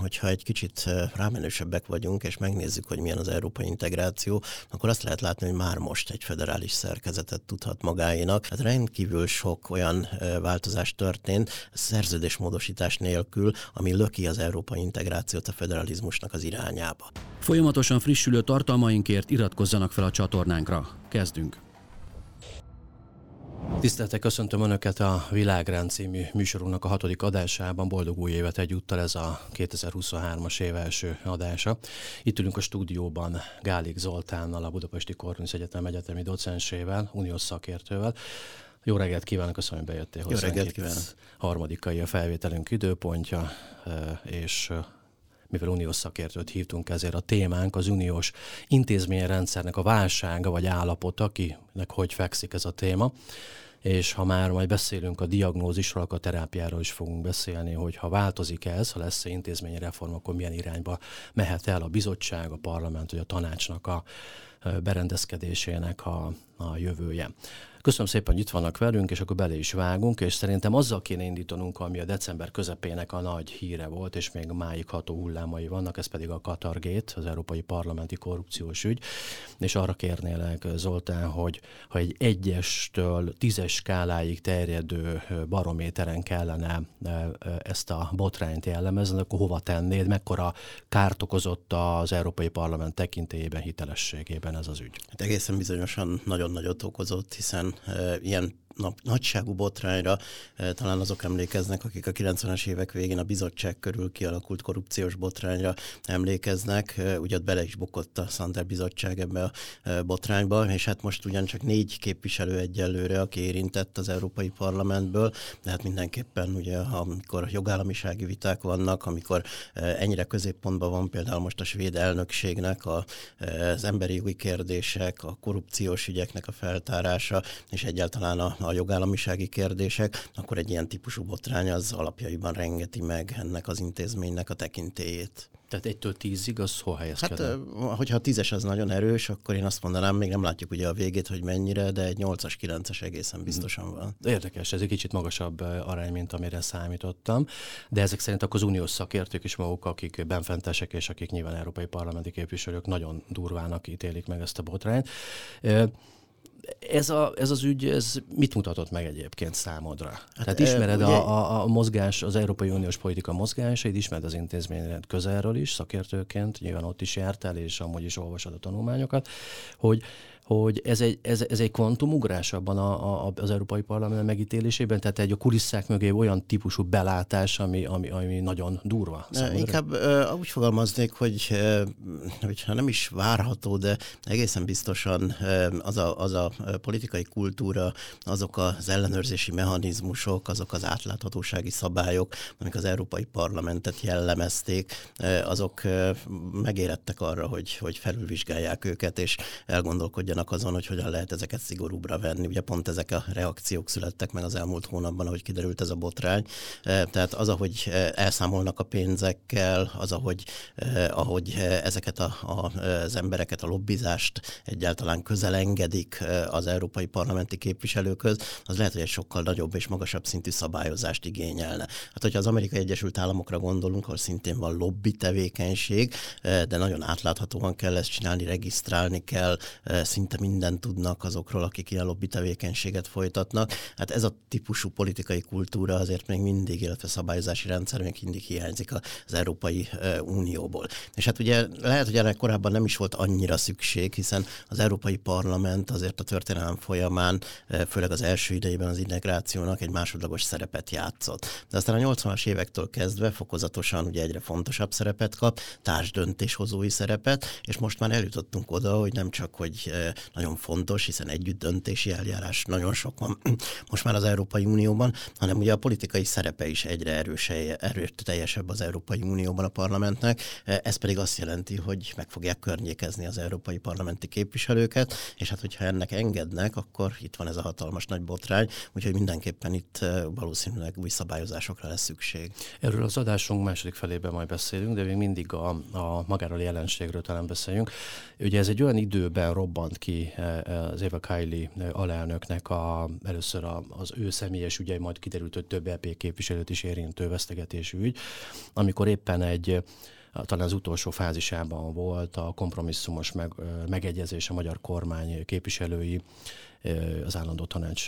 hogyha egy kicsit rámenősebbek vagyunk, és megnézzük, hogy milyen az európai integráció, akkor azt lehet látni, hogy már most egy federális szerkezetet tudhat magáénak. Hát rendkívül sok olyan változás történt szerződésmódosítás nélkül, ami löki az európai integrációt a federalizmusnak az irányába. Folyamatosan frissülő tartalmainkért iratkozzanak fel a csatornánkra. Kezdünk! Tiszteltek, köszöntöm Önöket a Világrend című műsorunknak a 6. adásában. Boldog új évet egyúttal, ez a 2023-as év első adása. Itt ülünk a stúdióban Gálik Zoltánnal, a Budapesti Corvinus Egyetem egyetemi docensével, uniós szakértővel. Jó reggelt kívánok, köszönöm, hogy bejöttél hozzánk. Jó reggelt kívánok. Harmadikai a felvételünk időpontja, és mivel uniós szakértőt hívtunk, ezért a témánk az uniós intézményrendszernek a válsága vagy állapota, akinek hogy fekszik ez a téma. És ha már majd beszélünk a diagnózisról, akkor a terápiáról is fogunk beszélni, hogy ha változik ez, ha lesz intézményi reform, akkor milyen irányba mehet el a bizottság, a parlament vagy a tanácsnak a berendezkedésének a jövője. Köszönöm szépen, hogy itt vannak velünk, és akkor bele is vágunk, és szerintem azzal kéne indítanunk, ami a december közepének a nagy híre volt, és még máig ható hullámai vannak, ez pedig a Qatargate, az Európai Parlamenti Korrupciós ügy, és arra kérnélek, Zoltán, hogy ha egy 1-től 10-es skáláig terjedő barométeren kellene ezt a botrányt jellemezni, akkor hova tennéd, mekkora kárt okozott az Európai Parlament tekintélyében, hitelességében ez az ügy? Hát egészen bizonyosan nagyon nagyot okozott, hiszen ilyen nagyságú botrányra talán azok emlékeznek, akik a 90-es évek végén a bizottság körül kialakult korrupciós botrányra emlékeznek. Ugye ott bele is bukott a Sander bizottság ebbe a botrányba, és hát most ugyancsak 4 képviselő egyelőre, aki érintett az Európai Parlamentből, de hát mindenképpen ugye, amikor jogállamisági viták vannak, amikor ennyire középpontban van például most a svéd elnökségnek az emberi jogi kérdések, a korrupciós ügyeknek a feltárása, és egyáltalán a jogállamisági kérdések, akkor egy ilyen típusú botrány az alapjaiban rengeti meg ennek az intézménynek a tekintélyét. Tehát 1-től 10-ig az hol helyezkedne? Hát, hogyha a 10-es az nagyon erős, akkor én azt mondanám, még nem látjuk ugye a végét, hogy mennyire, de egy 8-as, 9-es egészen biztosan van. Érdekes, ez egy kicsit magasabb arány, mint amire számítottam, de ezek szerint akkor az uniós szakértők is maguk, akik benfentesek és akik nyilván európai parlamenti képviselők nagyon durvának ítélik meg ezt a botrányt. Ez az ügy, ez mit mutatott meg egyébként számodra? Hát, tehát ismered ugye a mozgás, az Európai Uniós politika mozgásait, ismered az intézményet közelről is, szakértőként, nyilván ott is jártál, és amúgy is olvasod a tanulmányokat, hogy ez egy kvantumugrás abban az Európai Parlament megítélésében, tehát egy a kulisszák mögé olyan típusú belátás, ami nagyon durva. Inkább úgy fogalmaznék, hogyha nem is várható, de egészen biztosan az a politikai kultúra, azok az ellenőrzési mechanizmusok, azok az átláthatósági szabályok, amik az Európai Parlamentet jellemezték, azok megérettek arra, hogy felülvizsgálják őket, és elgondolkodjanak azon, hogy hogyan lehet ezeket szigorúbbra venni. Ugye pont ezek a reakciók születtek meg az elmúlt hónapban, ahogy kiderült ez a botrány. Tehát az, ahogy elszámolnak a pénzekkel, az, ahogy ezeket az embereket, a lobbizást egyáltalán közel engedik az európai parlamenti képviselőkhöz, az lehet, hogy egy sokkal nagyobb és magasabb szintű szabályozást igényelne. Hát, hogyha az Amerikai Egyesült Államokra gondolunk, ahol szintén van lobby tevékenység, de nagyon átláthatóan kell ezt csinálni, regisztrálni kell, szinte mindent tudnak azokról, akik ilyen lobby tevékenységet folytatnak. Hát ez a típusú politikai kultúra azért még mindig, illetve szabályozási rendszer még mindig hiányzik az Európai Unióból. És hát ugye lehet, hogy erre korábban nem is volt annyira szükség, hiszen az Európai Parlament azért a történelem folyamán, főleg az első idejében az integrációnak egy másodlagos szerepet játszott. De aztán a 80-as évektől kezdve fokozatosan ugye egyre fontosabb szerepet kap, társdöntéshozói szerepet, és most már eljutottunk oda, hogy nem csak, hogy nagyon fontos, hiszen együtt döntési eljárás nagyon sok van most már az Európai Unióban, hanem ugye a politikai szerepe is egyre erőteljesebb az Európai Unióban a parlamentnek. Ez pedig azt jelenti, hogy meg fogják környékezni az európai parlamenti képviselőket, és hát hogyha ennek engednek, akkor itt van ez a hatalmas nagy botrány, úgyhogy mindenképpen itt valószínűleg új szabályozásokra lesz szükség. Erről az adásunk második felében majd beszélünk, de még mindig a magáról a jelenségről talán beszéljünk. Ugye ez egy olyan időben robbant ki az Eva Kaili alelnöknek először az ő személyes ügye, majd kiderült, hogy több EP képviselőt is érintő vesztegetésű ügy, amikor éppen talán az utolsó fázisában volt a kompromisszumos megegyezés a magyar kormány képviselői, az állandó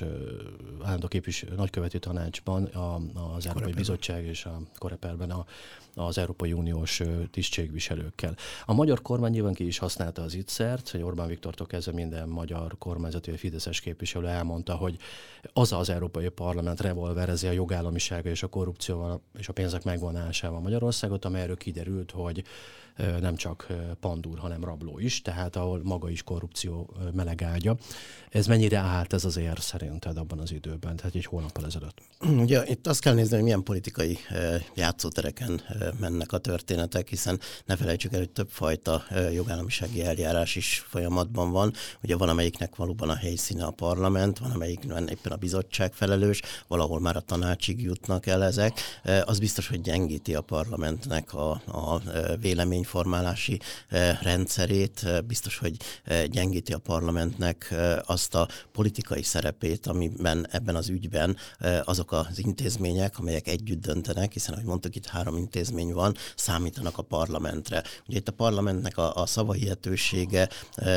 nagyköveti tanácsban, az Európai Bizottság és a Coreperben az Európai Uniós tisztségviselőkkel. A magyar kormány nyilván ki is használta az ittszert, hogy Orbán Viktortól kezdve minden magyar kormányzati vagy fideszes képviselő elmondta, hogy az Európai Parlament revolverezi a jogállamisága és a korrupcióval és a pénzek megvonásával Magyarországot, amelyről kiderült, hogy nem csak pandúr, hanem rabló is, tehát ahol maga is korrupció melegágya. Ez mennyire állt ez az ér szerinted abban az időben, tehát egy hónappal ezelőtt? Ugye itt azt kell nézni, hogy milyen politikai játszótereken mennek a történetek, hiszen ne felejtsük el, hogy többfajta jogállamisági eljárás is folyamatban van. Ugye van, amelyiknek valóban a helyszíne a parlament, van, amelyiknek éppen a bizottság felelős, valahol már a tanácsig jutnak el ezek. Az biztos, hogy gyengíti a parlamentnek a véleményformálási rendszerét, biztos, hogy gyengíti a parlamentnek azt a politikai szerepét, amiben ebben az ügyben azok az intézmények, amelyek együtt döntenek, hiszen, ahogy mondtuk, itt 3 intézmény van, számítanak a parlamentre. Ugye itt a parlamentnek a szavahihetősége,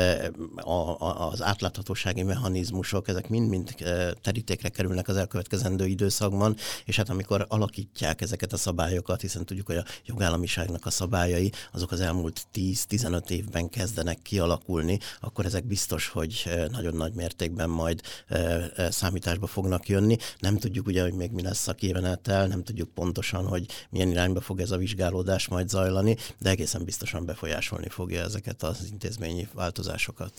az átláthatósági mechanizmusok, ezek mind-mind terítékre kerülnek az elkövetkezendő időszakban, és hát amikor alakítják ezeket a szabályokat, hiszen tudjuk, hogy a jogállamiságnak a szabályai, azok az elmúlt 10-15 évben kezdenek kialakulni, akkor ezek biztos, hogy nagyon nagy mértékben majd számításba fognak jönni. Nem tudjuk ugye, hogy még mi lesz a kimenetel, nem tudjuk pontosan, hogy milyen irányba fog ez a vizsgálódás majd zajlani, de egészen biztosan befolyásolni fogja ezeket az intézményi változásokat.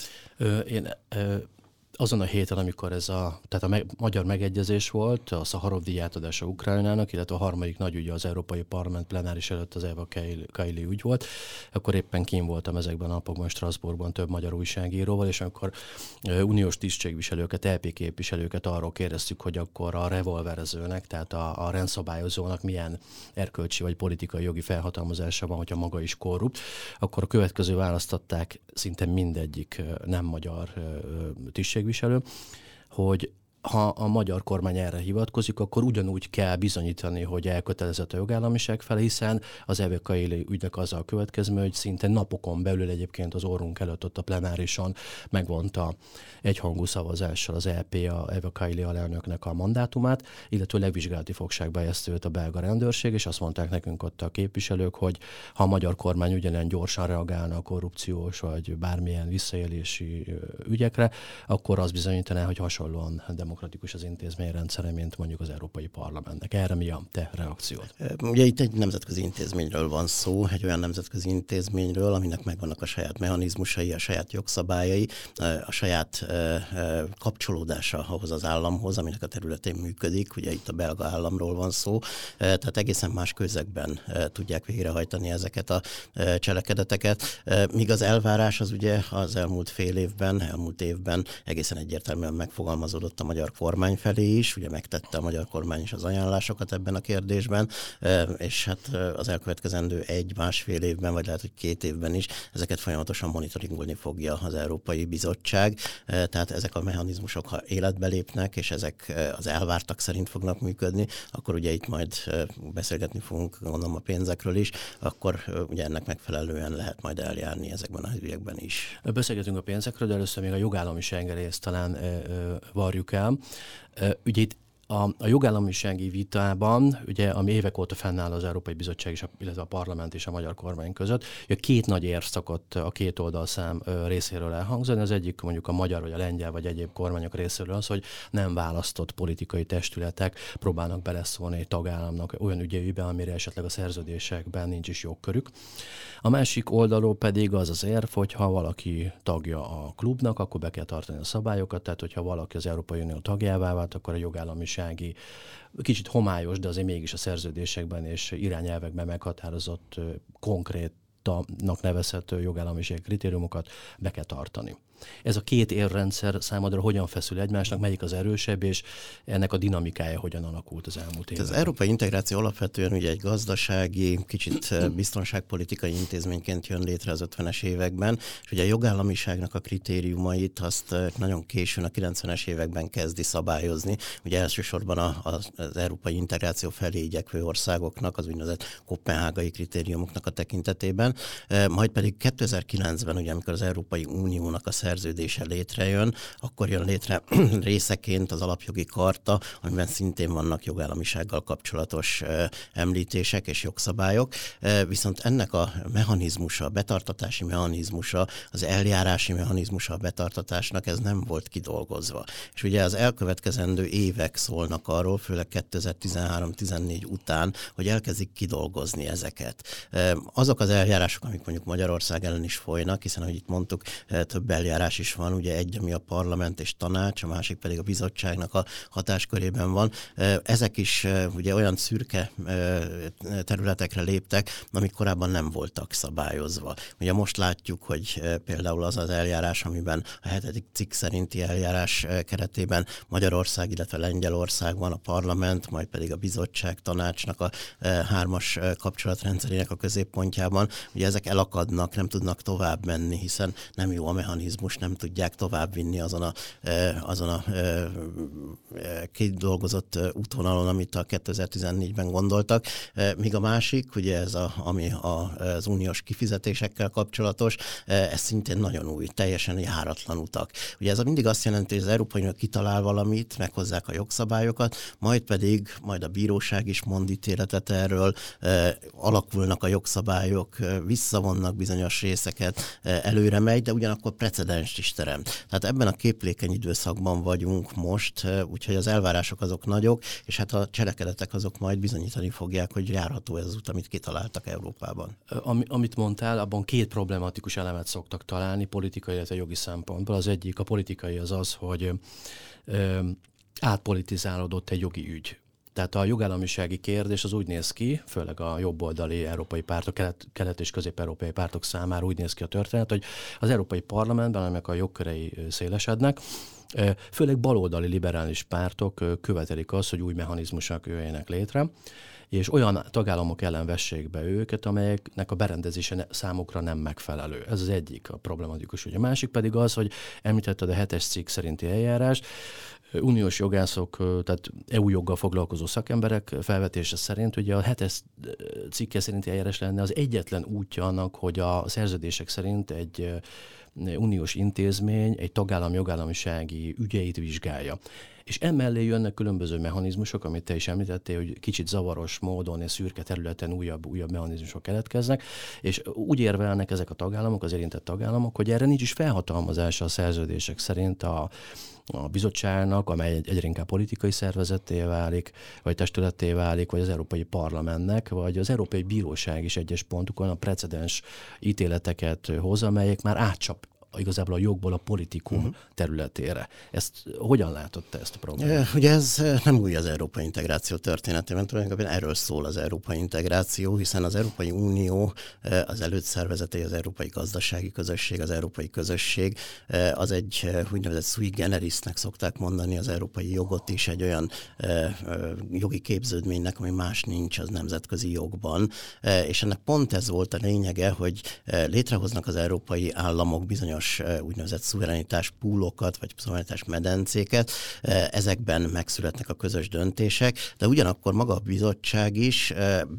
Azon a héten, amikor tehát a magyar megegyezés volt, a Szaharov-díj átadása Ukrajnának, illetve a harmadik nagy ügy az Európai Parlament plenáris előtt az Eva Kaili ügy volt, akkor éppen kín voltam ezekben a napokban Strasbourgban több magyar újságíróval, és akkor uniós tisztségviselőket, EP képviselőket arról kérdeztük, hogy akkor a revolverezőnek, tehát a rendszabályozónak milyen erkölcsi vagy politikai jogi felhatalmazása van, hogyha maga is korrupt, akkor a következő választották szinte mindegyik nem magyar tisztségviselő, hogy ha a magyar kormány erre hivatkozik, akkor ugyanúgy kell bizonyítani, hogy elkötelezett a jogállamiság felé, hiszen az Eva Kaili ügynek az a következmény, hogy szinte napokon belül egyébként az orrunk előtt ott a plenárison megvonta egyhangú szavazással az EP a Eva Kaili alelnöknek a mandátumát, illetve legvizsgálati fogságba helyezte őt a belga rendőrség, és azt mondták nekünk ott a képviselők, hogy ha a magyar kormány ugyanilyen gyorsan reagálna a korrupciós vagy bármilyen visszaélési ügyekre, akkor az bizonyítaná, hogy hasonlóan demokratikus az intézményrendszere, mint mondjuk az Európai Parlamentnek. Erre mi a te reakciód? Ugye itt egy nemzetközi intézményről van szó, egy olyan nemzetközi intézményről, aminek megvannak a saját mechanizmusai, a saját jogszabályai, a saját kapcsolódása ahhoz az államhoz, aminek a területén működik. Ugye itt a belga államról van szó, tehát egészen más közegben tudják végrehajtani ezeket a cselekedeteket. Míg az elvárás az ugye az elmúlt évben egészen egyértelműen megfogalmazódott a magyar kormány felé is, ugye megtette a magyar kormány is az ajánlásokat ebben a kérdésben, és hát az elkövetkezendő 1-1,5 évben, vagy lehet, hogy 2 évben is ezeket folyamatosan monitoringolni fogja az Európai Bizottság. Tehát ezek a mechanizmusok, ha életbe lépnek, és ezek az elvártak szerint fognak működni, akkor ugye itt majd beszélgetni fogunk, gondolom, a pénzekről is, akkor ugye ennek megfelelően lehet majd eljárni ezekben a ügyekben is. Beszélgetünk a pénzekről, de először még a jogállamiság részt talán varjuk el. Ugye itt a jogállamisági vitában, ugye, ami évek óta fennáll az Európai Bizottság, illetve a parlament és a magyar kormány között, ugye 2 nagy érv szokott a két oldalszám részéről elhangzani. Az egyik mondjuk a magyar, vagy a lengyel, vagy egyéb kormányok részéről az, hogy nem választott politikai testületek próbálnak beleszólni egy tagállamnak olyan ügyeiben, amire esetleg a szerződésekben nincs is jogkörük. A másik oldalról pedig az az érv, hogy ha valaki tagja a klubnak, akkor be kell tartani a szabályokat, tehát hogyha valaki az Európai Unió tagjává vált, akkor a jogállamisági, kicsit homályos, de azért mégis a szerződésekben és irányelvekben meghatározott konkrétnak nevezhető jogállamisági kritériumokat be kell tartani. Ez a két érrendszer számodra hogyan feszül egymásnak, melyik az erősebb, és ennek a dinamikája hogyan alakult az elmúlt években? Az európai integráció alapvetően ugye egy gazdasági, kicsit biztonságpolitikai intézményként jön létre az 50-es években, és ugye a jogállamiságnak a kritériumait azt nagyon későn a 90-es években kezdi szabályozni. Ugye elsősorban az európai integráció felé igyekvő országoknak az úgynevezett koppenhágai kritériumoknak a tekintetében, majd pedig 2009-ben, ugye, amikor az Európai Uniónak a szerződése létrejön, akkor jön létre részeként az alapjogi karta, amiben szintén vannak jogállamisággal kapcsolatos említések és jogszabályok, viszont ennek a mechanizmusa, a betartatási mechanizmusa, az eljárási mechanizmusa a betartatásnak ez nem volt kidolgozva. És ugye az elkövetkezendő évek szólnak arról, főleg 2013-14 után, hogy elkezdik kidolgozni ezeket. Azok az eljárások, amik mondjuk Magyarország ellen is folynak, hiszen ahogy itt mondtuk, több eljárás is van, ugye egy, ami a parlament és tanács, a másik pedig a bizottságnak a hatáskörében van. Ezek is ugye olyan szürke területekre léptek, amik korábban nem voltak szabályozva. Ugye most látjuk, hogy például az az eljárás, amiben a 7. cikk szerinti eljárás keretében Magyarország, illetve Lengyelország van, a parlament, majd pedig a bizottság, tanácsnak a 3-as kapcsolatrendszerének a középpontjában. Ugye ezek elakadnak, nem tudnak tovább menni, hiszen nem jó a mechanizmus, nem tudják továbbvinni azon a kidolgozott útvonalon, amit a 2014-ben gondoltak. Míg a másik, ugye ez ami az uniós kifizetésekkel kapcsolatos, ez szintén nagyon új, teljesen járatlan utak. Ugye ez mindig azt jelenti, hogy az Európai Unió kitalál valamit, meghozzák a jogszabályokat, majd a bíróság is mond ítéletet erről, alakulnak a jogszabályok, visszavonnak bizonyos részeket, előre megy, de ugyanakkor precedenst is teremt. Tehát ebben a képlékeny időszakban vagyunk most, úgyhogy az elvárások azok nagyok, és hát a cselekedetek azok majd bizonyítani fogják, hogy járható ez az út, amit kitaláltak Európában. Amit mondtál, abban két problematikus elemet szoktak találni politikai, illetve jogi szempontból. Az egyik, a politikai az, hogy átpolitizálódott egy jogi ügy. Tehát a jogállamisági kérdés az úgy néz ki, főleg a jobboldali európai pártok, kelet- és közép-európai pártok számára úgy néz ki a történet, hogy az Európai Parlamentben, amelyek a jogkörei szélesednek, főleg baloldali liberális pártok követelik azt, hogy új mechanizmusok jöjjenek létre, és olyan tagállamok ellen vessék be őket, amelyeknek a berendezése számukra nem megfelelő. Ez az egyik a problematikus. A másik pedig az, hogy említetted a 7-es cikk szerinti eljárás, uniós jogászok, tehát EU joggal foglalkozó szakemberek felvetése szerint ugye a 7-es cikke szerinti eljárás lenne az egyetlen útja annak, hogy a szerződések szerint egy uniós intézmény egy tagállam jogállamisági ügyeit vizsgálja. És emellé jönnek különböző mechanizmusok, amit te is említettél, hogy kicsit zavaros módon és szürke területen újabb mechanizmusok keletkeznek, és úgy érvelnek ezek a tagállamok, az érintett tagállamok, hogy erre nincs is felhatalmazása a szerződések szerint a bizottságnak, amely egyre inkább politikai szervezetté válik, vagy testületté válik, vagy az Európai Parlamentnek, vagy az Európai Bíróság is egyes pontokon a precedens ítéleteket hoz, amelyek már átcsap igazából a jogból a politikum területére. Ezt hogyan látod te ezt a problémát? Ugye ez nem új az európai integráció történetében, tulajdonképpen erről szól az európai integráció, hiszen az Európai Unió, az előszervezetei, az Európai Gazdasági Közösség, az Európai Közösség, az egy úgynevezett sui generisnek szokták mondani az európai jogot is, egy olyan jogi képződménynek, ami más nincs az nemzetközi jogban, és ennek pont ez volt a lényege, hogy létrehoznak az európai államok bizonyos úgynevezett szuverenitás púlokat, vagy szuverenitás medencéket, ezekben megszületnek a közös döntések, de ugyanakkor maga a bizottság is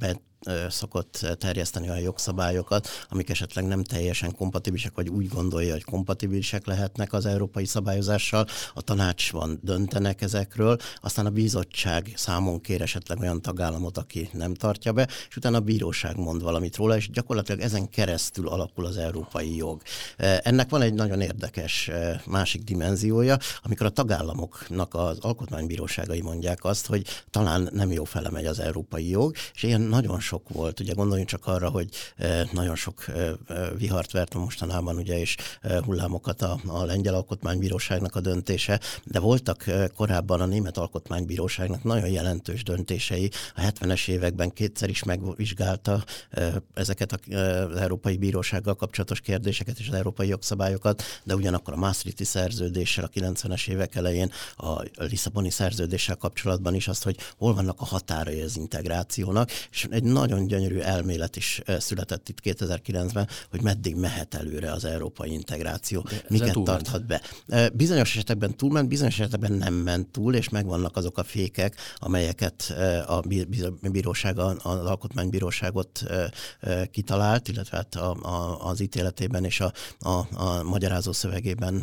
szokott terjeszteni olyan jogszabályokat, amik esetleg nem teljesen kompatibilisek, vagy úgy gondolja, hogy kompatibilisek lehetnek az európai szabályozással. A tanácsban döntenek ezekről, aztán a bizottság számon kér esetleg olyan tagállamot, aki nem tartja be, és utána a bíróság mond valamit róla, és gyakorlatilag ezen keresztül alakul az európai jog. Ennek van egy nagyon érdekes másik dimenziója, amikor a tagállamoknak az alkotmánybíróságai mondják azt, hogy talán nem jó fele megy az európai jog, és ilyen nagyon sok volt. Ugye gondoljunk csak arra, hogy nagyon sok vihart vert mostanában, ugye, és hullámokat a Lengyel Alkotmánybíróságnak a döntése, de voltak korábban a Német Alkotmánybíróságnak nagyon jelentős döntései. A 70-es években kétszer is megvizsgálta ezeket az Európai Bírósággal kapcsolatos kérdéseket és az európai jogszabályokat, de ugyanakkor a Maastrichti szerződéssel a 90-es évek elején, a Lisszaboni szerződéssel kapcsolatban is azt, hogy hol vannak a határai az integrációnak, és egy nagyon gyönyörű elmélet is született itt 2009-ben, hogy meddig mehet előre az európai integráció, miket tarthat be. Bizonyos esetekben túlment, bizonyos esetekben nem ment túl, és megvannak azok a fékek, amelyeket a bíróság, az Alkotmánybíróságot kitalált, illetve hát az ítéletében és a magyarázó szövegében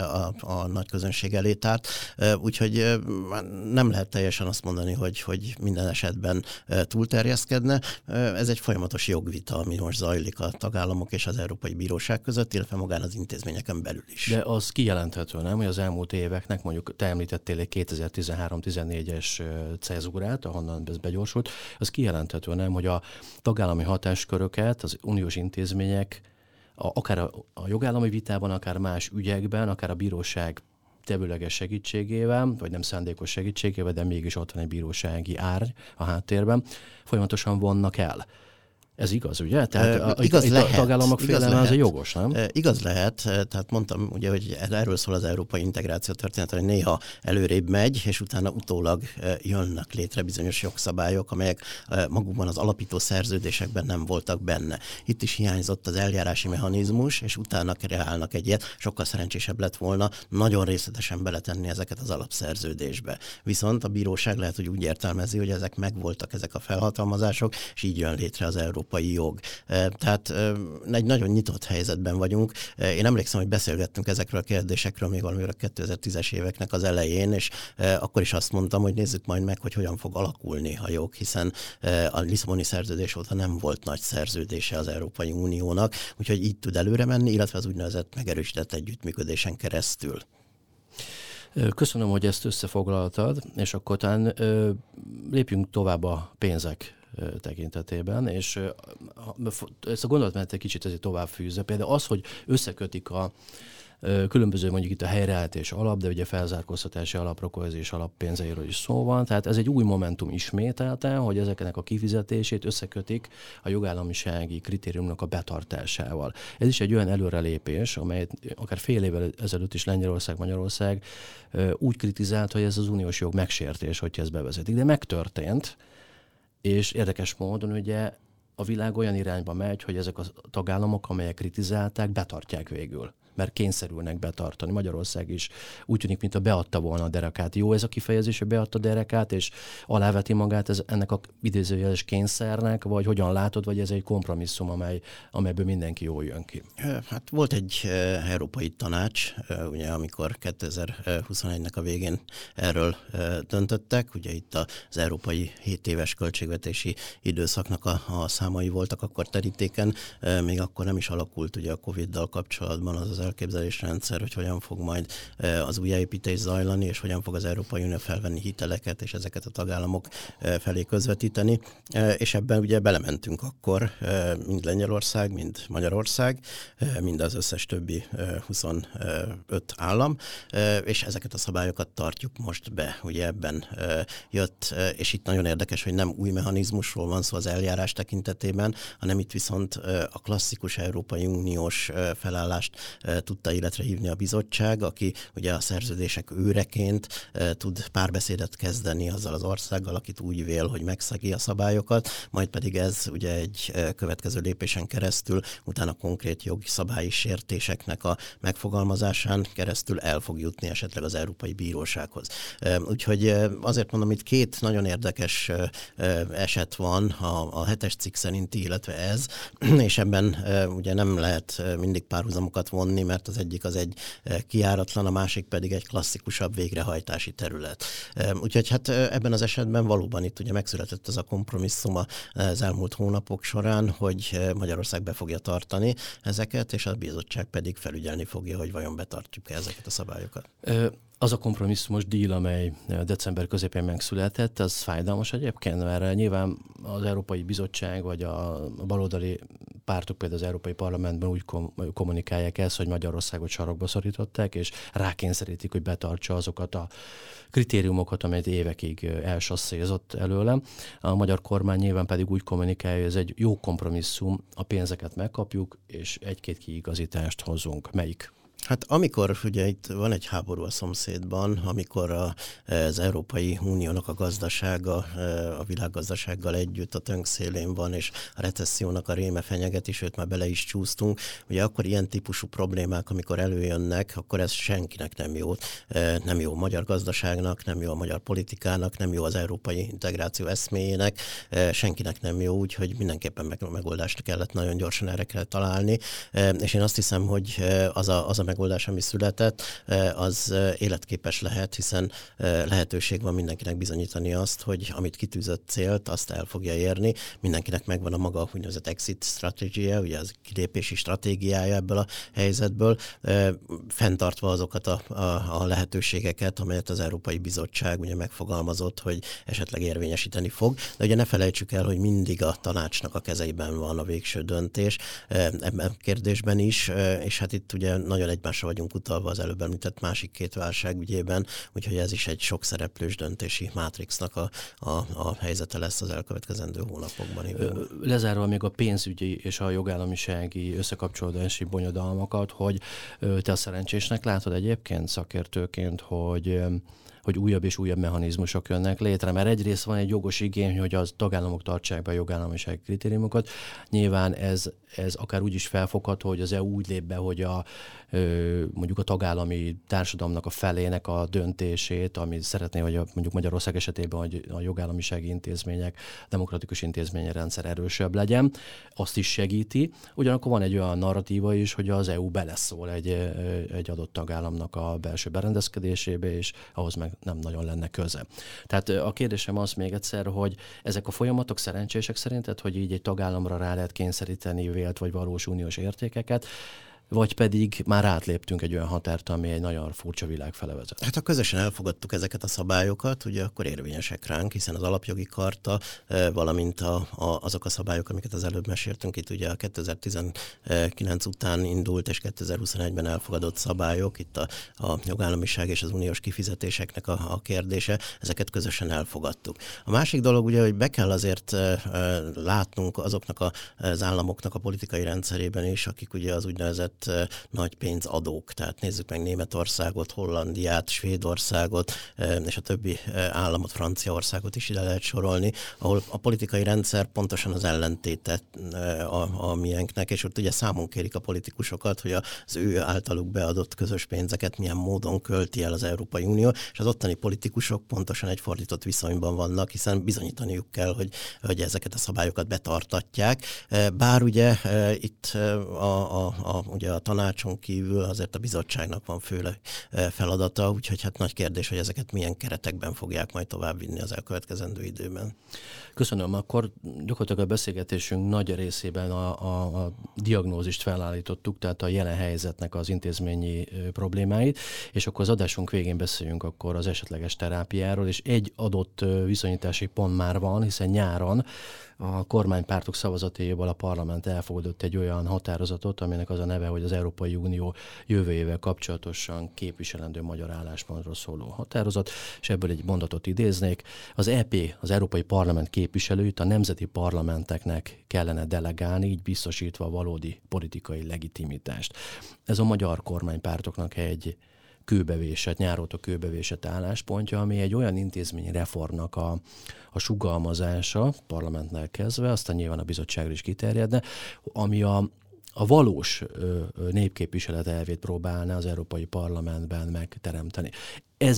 a nagy közönség elé tárt. Úgyhogy nem lehet teljesen azt mondani, hogy minden esetben túlterjeszkedne. Ez egy folyamatos jogvita, ami most zajlik a tagállamok és az Európai Bíróság között, illetve magán az intézményeken belül is. De az kijelenthető, nem, hogy az elmúlt éveknek, mondjuk te említettél egy 2013-14-es cezúrát, ahonnan ez begyorsult, az kijelenthető, nem, hogy a tagállami hatásköröket az uniós intézmények akár a jogállami vitában, akár más ügyekben, akár a bíróság tevőleges segítségével, vagy nem szándékos segítségével, de mégis ott van egy bírósági árny a háttérben, folyamatosan vonnak el. Ez igaz, ugye? Tehát igaz lehet, a tagállamok félelme az jogos, nem? Igaz lehet, tehát mondtam, ugye, hogy erről szól az európai integráció történet, hogy néha előrébb megy, és utána utólag jönnek létre bizonyos jogszabályok, amelyek magukban az alapító szerződésekben nem voltak benne. Itt is hiányzott az eljárási mechanizmus, és utána kreálnak egy ilyet, sokkal szerencsésebb lett volna nagyon részletesen beletenni ezeket az alapszerződésbe. Viszont a bíróság lehet, hogy úgy értelmezi, hogy ezek megvoltak, ezek a felhatalmazások, és így jön létre az európai jog. Tehát egy nagyon nyitott helyzetben vagyunk. Én emlékszem, hogy beszélgettünk ezekről a kérdésekről még valamikor a 2010-es éveknek az elején, és akkor is azt mondtam, hogy nézzük majd meg, hogy hogyan fog alakulni a jog, hiszen a Lisszaboni szerződés óta nem volt nagy szerződése az Európai Uniónak, úgyhogy így tud előre menni, illetve az úgynevezett megerősített együttműködésen keresztül. Köszönöm, hogy ezt összefoglaltad, és akkor talán lépjünk tovább a pénzek tekintetében, és ezt a gondolatmenet egy kicsit ezért tovább fűzze. Például az, hogy összekötik a különböző, mondjuk itt a helyreállítás alap, de ugye felzárkóztatási alapra, kohéziós alap pénzeiről is szó van. Tehát ez egy új momentum ismételten, hogy ezeknek a kifizetését összekötik a jogállamisági kritériumnak a betartásával. Ez is egy olyan előrelépés, amelyet akár fél évvel ezelőtt is Lengyelország, Magyarország úgy kritizált, hogy ez az uniós jog megsértés, hogyha ezt bevezetik. De megtörtént, és érdekes módon ugye a világ olyan irányba megy, hogy ezek a tagállamok, amelyek kritizálták, betartják végül, mert kényszerülnek betartani. Magyarország is úgy tűnik, mintha beadta volna a derekát. Jó ez a kifejezés, hogy beadta a derekát, és aláveti magát ennek a idézőjeles kényszernek, vagy hogyan látod, vagy ez egy kompromisszum, amelyből mindenki jól jön ki? Hát volt egy európai tanács, ugye, amikor 2021-nek a végén erről döntöttek, ugye itt az európai 7 éves költségvetési időszaknak a számai voltak akkor terítéken, még akkor nem is alakult ugye a Covid-dal kapcsolatban az elképzelésrendszer, hogy hogyan fog majd az újjáépítés zajlani, és hogyan fog az Európai Unió felvenni hiteleket, és ezeket a tagállamok felé közvetíteni. És ebben ugye belementünk akkor, mind Lengyelország, mind Magyarország, mind az összes többi 25 állam, és ezeket a szabályokat tartjuk most be. Ugye ebben jött, és itt nagyon érdekes, hogy nem új mechanizmusról van szó az eljárás tekintetében, hanem itt viszont a klasszikus Európai Uniós felállást tudta életre hívni a bizottság, aki ugye a szerződések őreként tud párbeszédet kezdeni azzal az országgal, akit úgy vél, hogy megszegi a szabályokat, majd pedig ez ugye egy következő lépésen keresztül, utána konkrét jogi szabályi sértéseknek a megfogalmazásán keresztül el fog jutni esetleg az Európai Bírósághoz. Úgyhogy azért mondom, itt két nagyon érdekes eset van, a 7-es cikk szerinti, illetve ez, és ebben ugye nem lehet mindig párhuzamokat vonni, mert az egyik az egy kijáratlan, a másik pedig egy klasszikusabb végrehajtási terület. Úgyhogy hát ebben az esetben valóban itt ugye megszületett ez a kompromisszum az elmúlt hónapok során, hogy Magyarország be fogja tartani ezeket, és a bizottság pedig felügyelni fogja, hogy vajon betartjuk ezeket a szabályokat. Az a kompromisszumos díl, amely december közepén megszületett, az fájdalmas egyébként, mert nyilván az Európai Bizottság vagy a baloldali pártok például az Európai Parlamentben úgy kommunikálják ezt, hogy Magyarországot sarokba szorították, és rákényszerítik, hogy betartsa azokat a kritériumokat, amelyet évekig elsasszézott előlem. A magyar kormány nyilván pedig úgy kommunikálja, hogy ez egy jó kompromisszum, a pénzeket megkapjuk, és egy-két kiigazítást hozunk. Melyik? Hát amikor ugye itt van egy háború a szomszédban, amikor az Európai Uniónak a gazdasága a világgazdasággal együtt a tönkszélén van, és a recessziónak a réme fenyegeti, sőt már bele is csúsztunk, ugye akkor ilyen típusú problémák, amikor előjönnek, akkor ez senkinek nem jó. Nem jó a magyar gazdaságnak, nem jó a magyar politikának, nem jó az európai integráció eszméjének, senkinek nem jó, úgyhogy mindenképpen megoldást kellett nagyon gyorsan erre kell találni, és én azt hiszem, hogy az a megoldás, ami született, az életképes lehet, hiszen lehetőség van mindenkinek bizonyítani azt, hogy amit kitűzött célt, azt el fogja érni. Mindenkinek megvan a maga úgynevezett exit stratégia, ugye az kilépési stratégiája ebből a helyzetből, fenntartva azokat a lehetőségeket, amelyet az Európai Bizottság ugye megfogalmazott, hogy esetleg érvényesíteni fog. De ugye ne felejtsük el, hogy mindig a tanácsnak a kezeiben van a végső döntés ebben a kérdésben is, és hát itt ugye nagyon egymásra vagyunk utalva az előbb említett másik két válság ügyében, úgyhogy ez is egy sok szereplős döntési mátrixnak a helyzete lesz az elkövetkezendő hónapokban. Lezárva még a pénzügyi és a jogállamisági összekapcsolódási bonyodalmakat, hogy te a szerencsésnek látod egyébként szakértőként, hogy újabb és újabb mechanizmusok jönnek létre, mert egyrészt van egy jogos igény, hogy az tagállamok tartsák be a jogállamisági kritériumokat. Nyilván ez akár úgy is felfogható, hogy az EU úgy lép be, hogy mondjuk a tagállami társadalomnak a felének a döntését, ami szeretné, hogy mondjuk Magyarország esetében, hogy a jogállamisági intézmények, demokratikus intézményrendszer erősebb legyen, azt is segíti. Ugyanakkor van egy olyan narratíva is, hogy az EU beleszól egy adott tagállamnak a belső berendezkedésébe, és ahhoz meg nem nagyon lenne köze. Tehát a kérdésem az még egyszer, hogy ezek a folyamatok szerencsések szerinted, hogy így egy tagállamra rá lehet kényszeríteni vélt vagy valós uniós értékeket, vagy pedig már átléptünk egy olyan határt, ami egy nagyon furcsa világ fele vezet. Hát ha közösen elfogadtuk ezeket a szabályokat, ugye akkor érvényesek ránk, hiszen az alapjogi karta, valamint azok a szabályok, amiket az előbb meséltünk, itt ugye a 2019 után indult és 2021-ben elfogadott szabályok, itt a jogállamiság és az uniós kifizetéseknek a kérdése, ezeket közösen elfogadtuk. A másik dolog ugye, hogy be kell azért látnunk azoknak az államoknak a politikai rendszerében is, akik ugye az úgynevezett nagy pénzadók. Tehát nézzük meg Németországot, Hollandiát, Svédországot, és a többi államot, Franciaországot is ide lehet sorolni, ahol a politikai rendszer pontosan az ellentéte a miénknek, és ott ugye számon kérik a politikusokat, hogy az ő általuk beadott közös pénzeket milyen módon költi el az Európai Unió, és az ottani politikusok pontosan egy fordított viszonyban vannak, hiszen bizonyítaniuk kell, hogy ezeket a szabályokat betartatják. Bár ugye itt ugye a tanácson kívül azért a bizottságnak van főleg feladata, úgyhogy hát nagy kérdés, hogy ezeket milyen keretekben fogják majd továbbvinni az elkövetkezendő időben. Köszönöm. Akkor gyakorlatilag a beszélgetésünk nagy részében a diagnózist felállítottuk, tehát a jelen helyzetnek az intézményi problémáit, és akkor az adásunk végén beszéljünk akkor az esetleges terápiáról, és egy adott viszonyítási pont már van, hiszen nyáron a kormánypártok szavazatéval a parlament elfogadott egy olyan határozatot, aminek az a neve, hogy az Európai Unió jövőjével kapcsolatosan képviselendő magyar álláspontról szóló határozat, és ebből egy mondatot idéznék. Az EP, az Európai Parlament képviselőit a nemzeti parlamenteknek kellene delegálni, így biztosítva a valódi politikai legitimitást. Ez a magyar kormánypártoknak egy kőbevésett, nyáróta kőbevésett álláspontja, ami egy olyan intézményi reformnak a sugallmazása, parlamentnál kezdve, aztán nyilván a bizottságra is kiterjedne, ami a valós népképviselet elvét próbálna az Európai Parlamentben megteremteni. Ez egy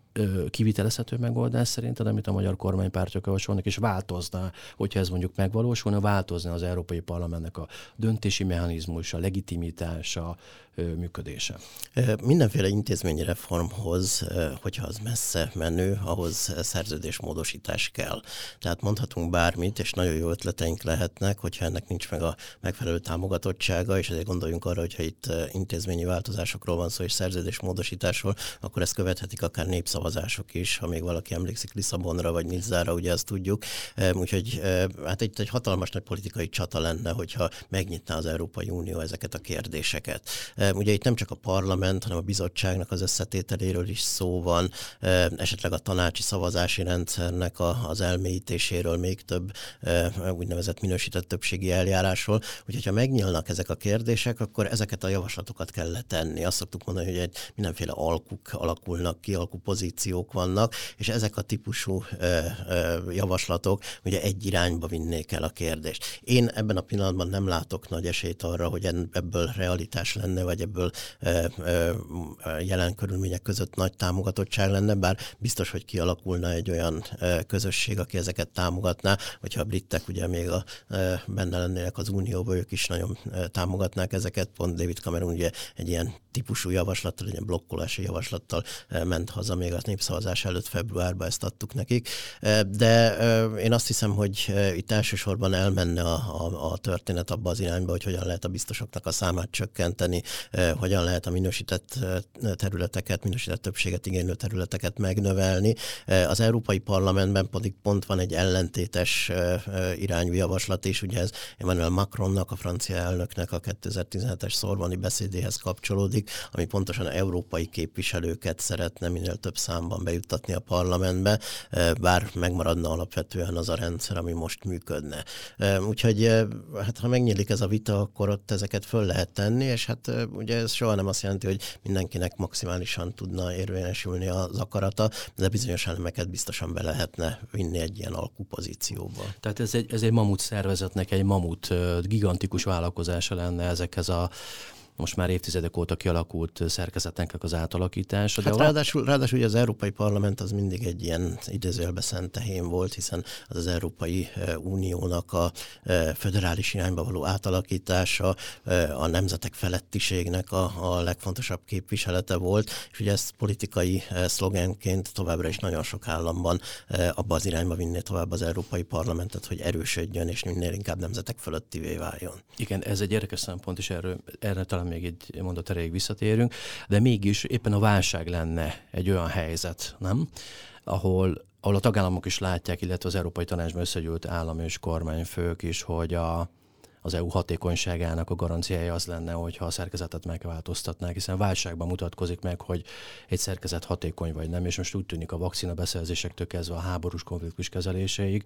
kivitelezhető megoldás szerinted, amit a magyar kormánypártok javasolnak, és változna, hogyha ez mondjuk megvalósulna, változna az Európai Parlamentnek a döntési mechanizmusa, legitimitása, működése? Mindenféle intézményi reformhoz, hogyha az messze menő, ahhoz szerződésmódosítás kell. Tehát mondhatunk bármit, és nagyon jó ötleteink lehetnek, hogyha ennek nincs meg a megfelelő támogatottsága, és ezért gondoljunk arra, hogyha itt intézményi változásokról van szó, és szerződésmódosításról, akkor ezt követhetik akár népszavazások is, ha még valaki emlékszik Lisszabonra vagy Nizzára, ugye azt tudjuk. Úgyhogy hát egy hatalmas nagy politikai csata lenne, hogyha megnyitná az Európai Unió ezeket a kérdéseket. Ugye itt nem csak a parlament, hanem a bizottságnak az összetételéről is szó van, esetleg a tanácsi szavazási rendszernek az elmélyítéséről, még több úgynevezett minősített többségi eljárásról. Úgyhogy ha megnyílnak ezek a kérdések, akkor ezeket a javaslatokat kell letenni. Azt szoktuk mondani, hogy mindenféle alkuk alakulnak ki, alkupozíciók vannak, és ezek a típusú javaslatok ugye egy irányba vinnék el a kérdést. Én ebben a pillanatban nem látok nagy esélyt arra, hogy ebből realitás lenne, vagy ebből jelen körülmények között nagy támogatottság lenne, bár biztos, hogy kialakulna egy olyan közösség, aki ezeket támogatná, hogyha a britek ugye még benne lennének az unióban, ők is nagyon támogatnák ezeket. Pont David Cameron ugye egy ilyen típusú javaslattal, egy ilyen blokkolási javaslattal ment haza még a népszavazás előtt februárban, ezt adtuk nekik. De én azt hiszem, hogy itt elsősorban elmenne a történet abba az irányba, hogy hogyan lehet a biztosoknak a számát csökkenteni, hogyan lehet a minősített területeket, minősített többséget igénylő területeket megnövelni. Az Európai Parlamentben pedig pont van egy ellentétes irányú javaslat is, ugye ez Emmanuel Macronnak, a francia elnöknek a 2017-es Sorbonne-i beszédéhez kapcsolódik, ami pontosan európai képviselőket szeretne minél több számban bejuttatni a parlamentbe, bár megmaradna alapvetően az a rendszer, ami most működne. Úgyhogy hát, ha megnyílik ez a vita, akkor ott ezeket föl lehet tenni, és hát ugye ez soha nem azt jelenti, hogy mindenkinek maximálisan tudna érvényesülni az akarata, de bizonyos elemeket biztosan be lehetne vinni egy ilyen alkupozícióba. Tehát ez egy mamut szervezetnek, egy mamut gigantikus vállalkozása lenne ezekhez a most már évtizedek óta kialakult szerkezetnek az átalakítása. Hát ráadásul ugye az Európai Parlament az mindig egy ilyen idézőjelbe szent tehén volt, hiszen az Európai Uniónak a föderális irányba való átalakítása, a nemzetek felettiségnek a legfontosabb képviselete volt, és ugye ezt politikai szlogenként továbbra is nagyon sok államban abba az irányba vinné tovább az Európai Parlamentet, hogy erősödjön, és minél inkább nemzetek fölöttivé váljon. Igen, ez egy érdekes szempont, és erre talán még egy mondat erejéig visszatérünk, de mégis éppen a válság lenne egy olyan helyzet, nem? Ahol a tagállamok is látják, illetve az Európai Tanácsban összegyűlt állam és kormányfők is, hogy az EU hatékonyságának a garanciája az lenne, hogyha a szerkezetet megváltoztatnák, hiszen válságban mutatkozik meg, hogy egy szerkezet hatékony vagy nem, és most úgy tűnik a vakcina beszerzésektől kezdve a háborús konfliktus kezeléseig,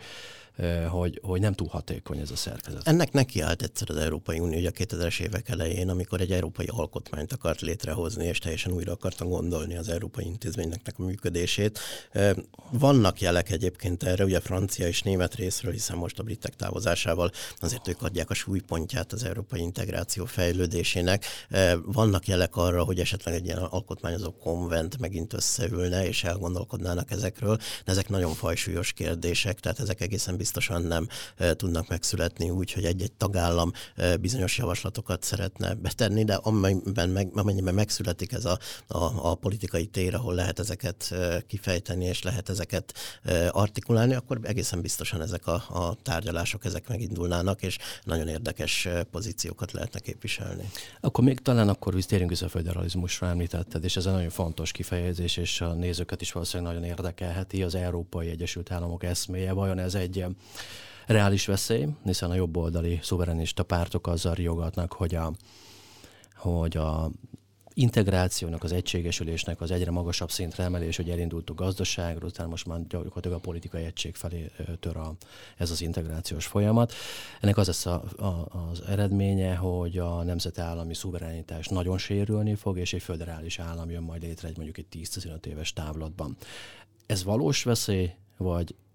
hogy nem túl hatékony ez a szerkezet. Ennek nekiállt egyszer az Európai Unió ugye a 2000-es évek elején, amikor egy európai alkotmányt akart létrehozni, és teljesen újra akarta gondolni az európai intézményeknek a működését. Vannak jelek egyébként erre, ugye a francia és német részről, hiszen most a britek távozásával azért ők adják a súlypontját az európai integráció fejlődésének. Vannak jelek arra, hogy esetleg egy ilyen alkotmányozó konvent megint összeülne, és elgondolkodnának ezekről, de ezek nagyon fajsúlyos kérdések, tehát ezek egészen biztosan nem tudnak megszületni úgy, hogy egy-egy tagállam bizonyos javaslatokat szeretne betenni, de amennyiben megszületik ez a politikai tér, ahol lehet ezeket kifejteni, és lehet ezeket artikulálni, akkor egészen biztosan ezek a tárgyalások ezek megindulnának, és nagyon érdekes pozíciókat lehetne képviselni. Akkor még talán térjünk vissza a föderalizmusra, említetted, és ez egy nagyon fontos kifejezés, és a nézőket is valószínűleg nagyon érdekelheti az Európai Egyesült Államok eszméje. Vajon ez egy reális veszély, hiszen a jobboldali szuverenista pártok azzal riogatnak, hogy a integrációnak, az egységesülésnek az egyre magasabb szintre emelés, hogy elindult a gazdaságról, utána most már gyakorlatilag a politikai egység felé tör ez az integrációs folyamat. Ennek az lesz az eredménye, hogy a nemzetállami szuverenitás nagyon sérülni fog, és egy föderális állam jön majd létre mondjuk egy 10-15 éves távlatban. Ez valós veszély, vagy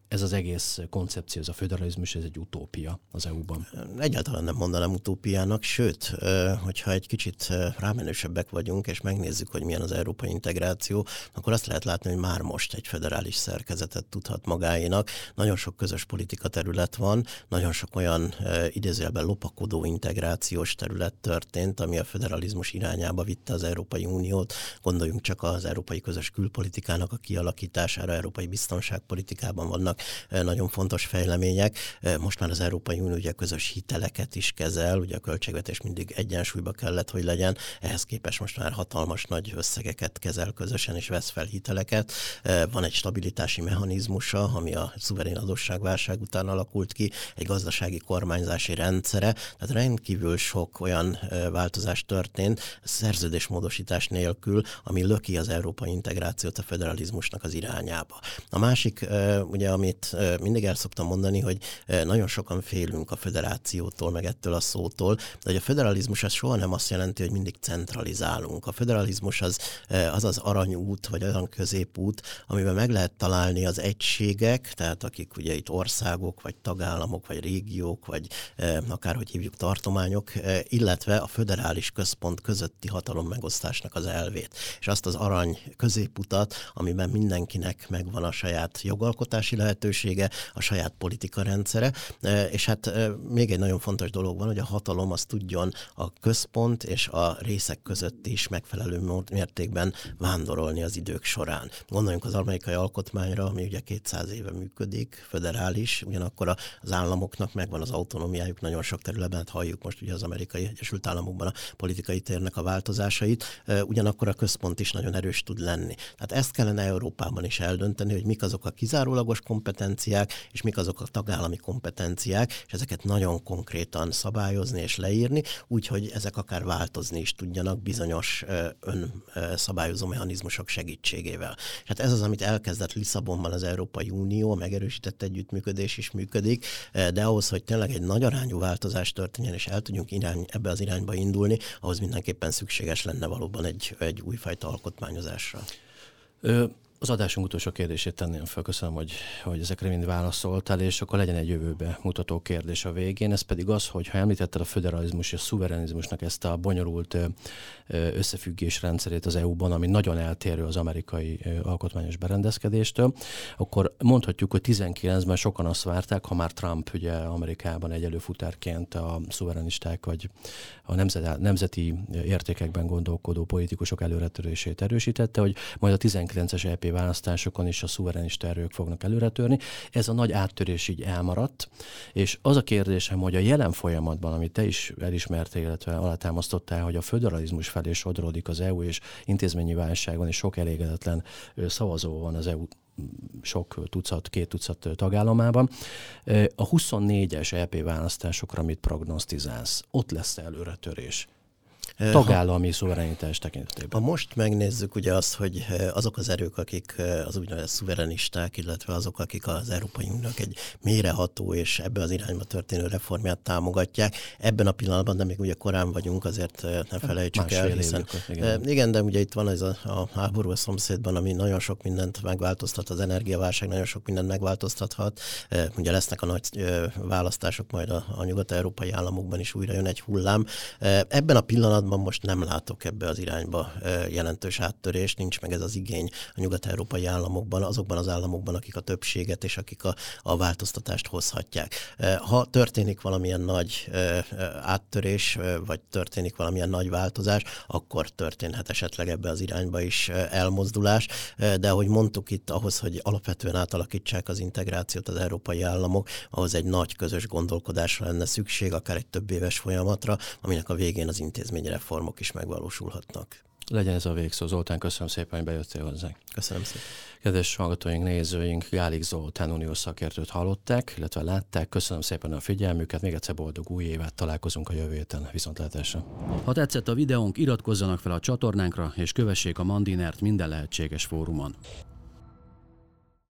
ez az egész koncepció, ez a föderalizmus, ez egy utópia az EU-ban? Egyáltalán nem mondanám utópiának, sőt, hogyha egy kicsit rámenősebbek vagyunk, és megnézzük, hogy milyen az európai integráció, akkor azt lehet látni, hogy már most egy federális szerkezetet tudhat magáénak. Nagyon sok közös politika terület van, nagyon sok olyan idézőjelben lopakodó integrációs terület történt, ami a federalizmus irányába vitte az Európai Uniót. Gondoljunk csak az európai közös külpolitikának a kialakítására, európai biztonságpolitikában vannak nagyon fontos fejlemények. Most már az Európai Unió ugye közös hiteleket is kezel, ugye a költségvetés mindig egyensúlyba kellett, hogy legyen, ehhez képest most már hatalmas nagy összegeket kezel közösen és vesz fel hiteleket. Van egy stabilitási mechanizmusa, ami a szuverén adósságválság után alakult ki, egy gazdasági kormányzási rendszere, tehát rendkívül sok olyan változás történt szerződésmódosítás nélkül, ami löki az európai integrációt a federalizmusnak az irányába. A másik, ugye, amit mindig el szoktam mondani, hogy nagyon sokan félünk a federációtól, meg ettől a szótól, de hogy a federalizmus az soha nem azt jelenti, hogy mindig centralizálunk. A federalizmus az aranyút, vagy olyan középút, amiben meg lehet találni az egységek, tehát akik ugye itt országok, vagy tagállamok, vagy régiók, vagy akárhogy hívjuk tartományok, illetve a föderális központ közötti hatalom megosztásnak az elvét. És azt az arany középutat, amiben mindenkinek megvan a saját jogalkotási lehetősége, a saját politika rendszere, és hát még egy nagyon fontos dolog van, hogy a hatalom az tudjon a központ és a részek között is megfelelő mértékben vándorolni az idők során. Gondoljunk az amerikai alkotmányra, ami ugye 200 éve működik, föderális, ugyanakkor az államoknak megvan az autonómiájuk nagyon sok területben, halljuk most ugye az Amerikai Egyesült Államokban a politikai térnek a változásait, ugyanakkor a központ is nagyon erős tud lenni. Tehát ezt kellene Európában is eldönteni, hogy mik azok a kizárólagos kompetenciák, és mik azok a tagállami kompetenciák, és ezeket nagyon konkrétan szabályozni és leírni, úgyhogy ezek akár változni is tudjanak bizonyos önszabályozó mechanizmusok segítségével. És hát ez az, amit elkezdett Lisszabonban az Európai Unió, a megerősített együttműködés is működik, de ahhoz, hogy tényleg egy nagy arányú változás történjen, és el tudjunk ebbe az irányba indulni, ahhoz mindenképpen szükséges lenne valóban egy újfajta alkotmányozásra. Az adásunk utolsó kérdését tenném fel, köszönöm, hogy ezekre mind válaszoltál, és akkor legyen egy jövőbe mutató kérdés a végén, ez pedig az, hogy ha említetted a föderalizmus és a szuverenizmusnak ezt a bonyolult összefüggés rendszerét az EU-ban, ami nagyon eltérő az amerikai alkotmányos berendezkedéstől, akkor mondhatjuk, hogy 19-ben sokan azt várták, ha már Trump ugye Amerikában egy előfutárként a szuverenisták vagy a nemzeti értékekben gondolkodó politikusok előretörését erősítette, hogy majd a 19-es EP választásokon is a szuverenista erők fognak előretörni. Ez a nagy áttörés így elmaradt, és az a kérdésem, hogy a jelen folyamatban, amit te is elismertél, illetve alátámasztottál, hogy a föderalizmus felé sodródik az EU, és intézményi válságon, és sok elégedetlen szavazó van az EU két tucat tagállamában. A 24-es EP választásokra mit prognosztizálsz? Ott lesz előretörés? Tagállami szuverenitás tekintetében. Ha most megnézzük ugye azt, hogy azok az erők, akik az úgynevezett szuverenisták, illetve azok, akik az Európai Uniónak egy mélyreható és ebbe az irányba történő reformját támogatják, ebben a pillanatban, de még ugye korán vagyunk, azért ne felejtsük el, hiszen igen, de ugye itt van ez a háború a szomszédban, ami nagyon sok mindent megváltoztat, az energiaválság nagyon sok mindent megváltoztathat. Ugye lesznek a nagy választások, majd a nyugat-európai államokban is újra jön egy hullám. Ebben a pillanatban most nem látok ebbe az irányba jelentős áttörést, nincs meg ez az igény a nyugat-európai államokban, azokban az államokban, akik a többséget és akik a változtatást hozhatják. Ha történik valamilyen nagy áttörés, vagy történik valamilyen nagy változás, akkor történhet esetleg ebbe az irányba is elmozdulás, de ahogy mondtuk itt, ahhoz, hogy alapvetően átalakítsák az integrációt az európai államok, ahhoz egy nagy közös gondolkodásra lenne szükség, akár egy több éves folyamatra, aminek a végén az intézményi reformok is megvalósulhatnak. Legyen ez a végszó. Zoltán, köszönöm szépen, hogy bejöttél hozzánk. Köszönöm szépen. Kedves hallgatóink, nézőink, Gálik Zoltán uniós szakértőt hallották, illetve látták. Köszönöm szépen a figyelmüket, még egyszer boldog új évet, találkozunk a jövő héten. Viszontlátásra. Ha tetszett a videónk, iratkozzanak fel a csatornánkra, és kövessék a Mandinert minden lehetséges fórumon.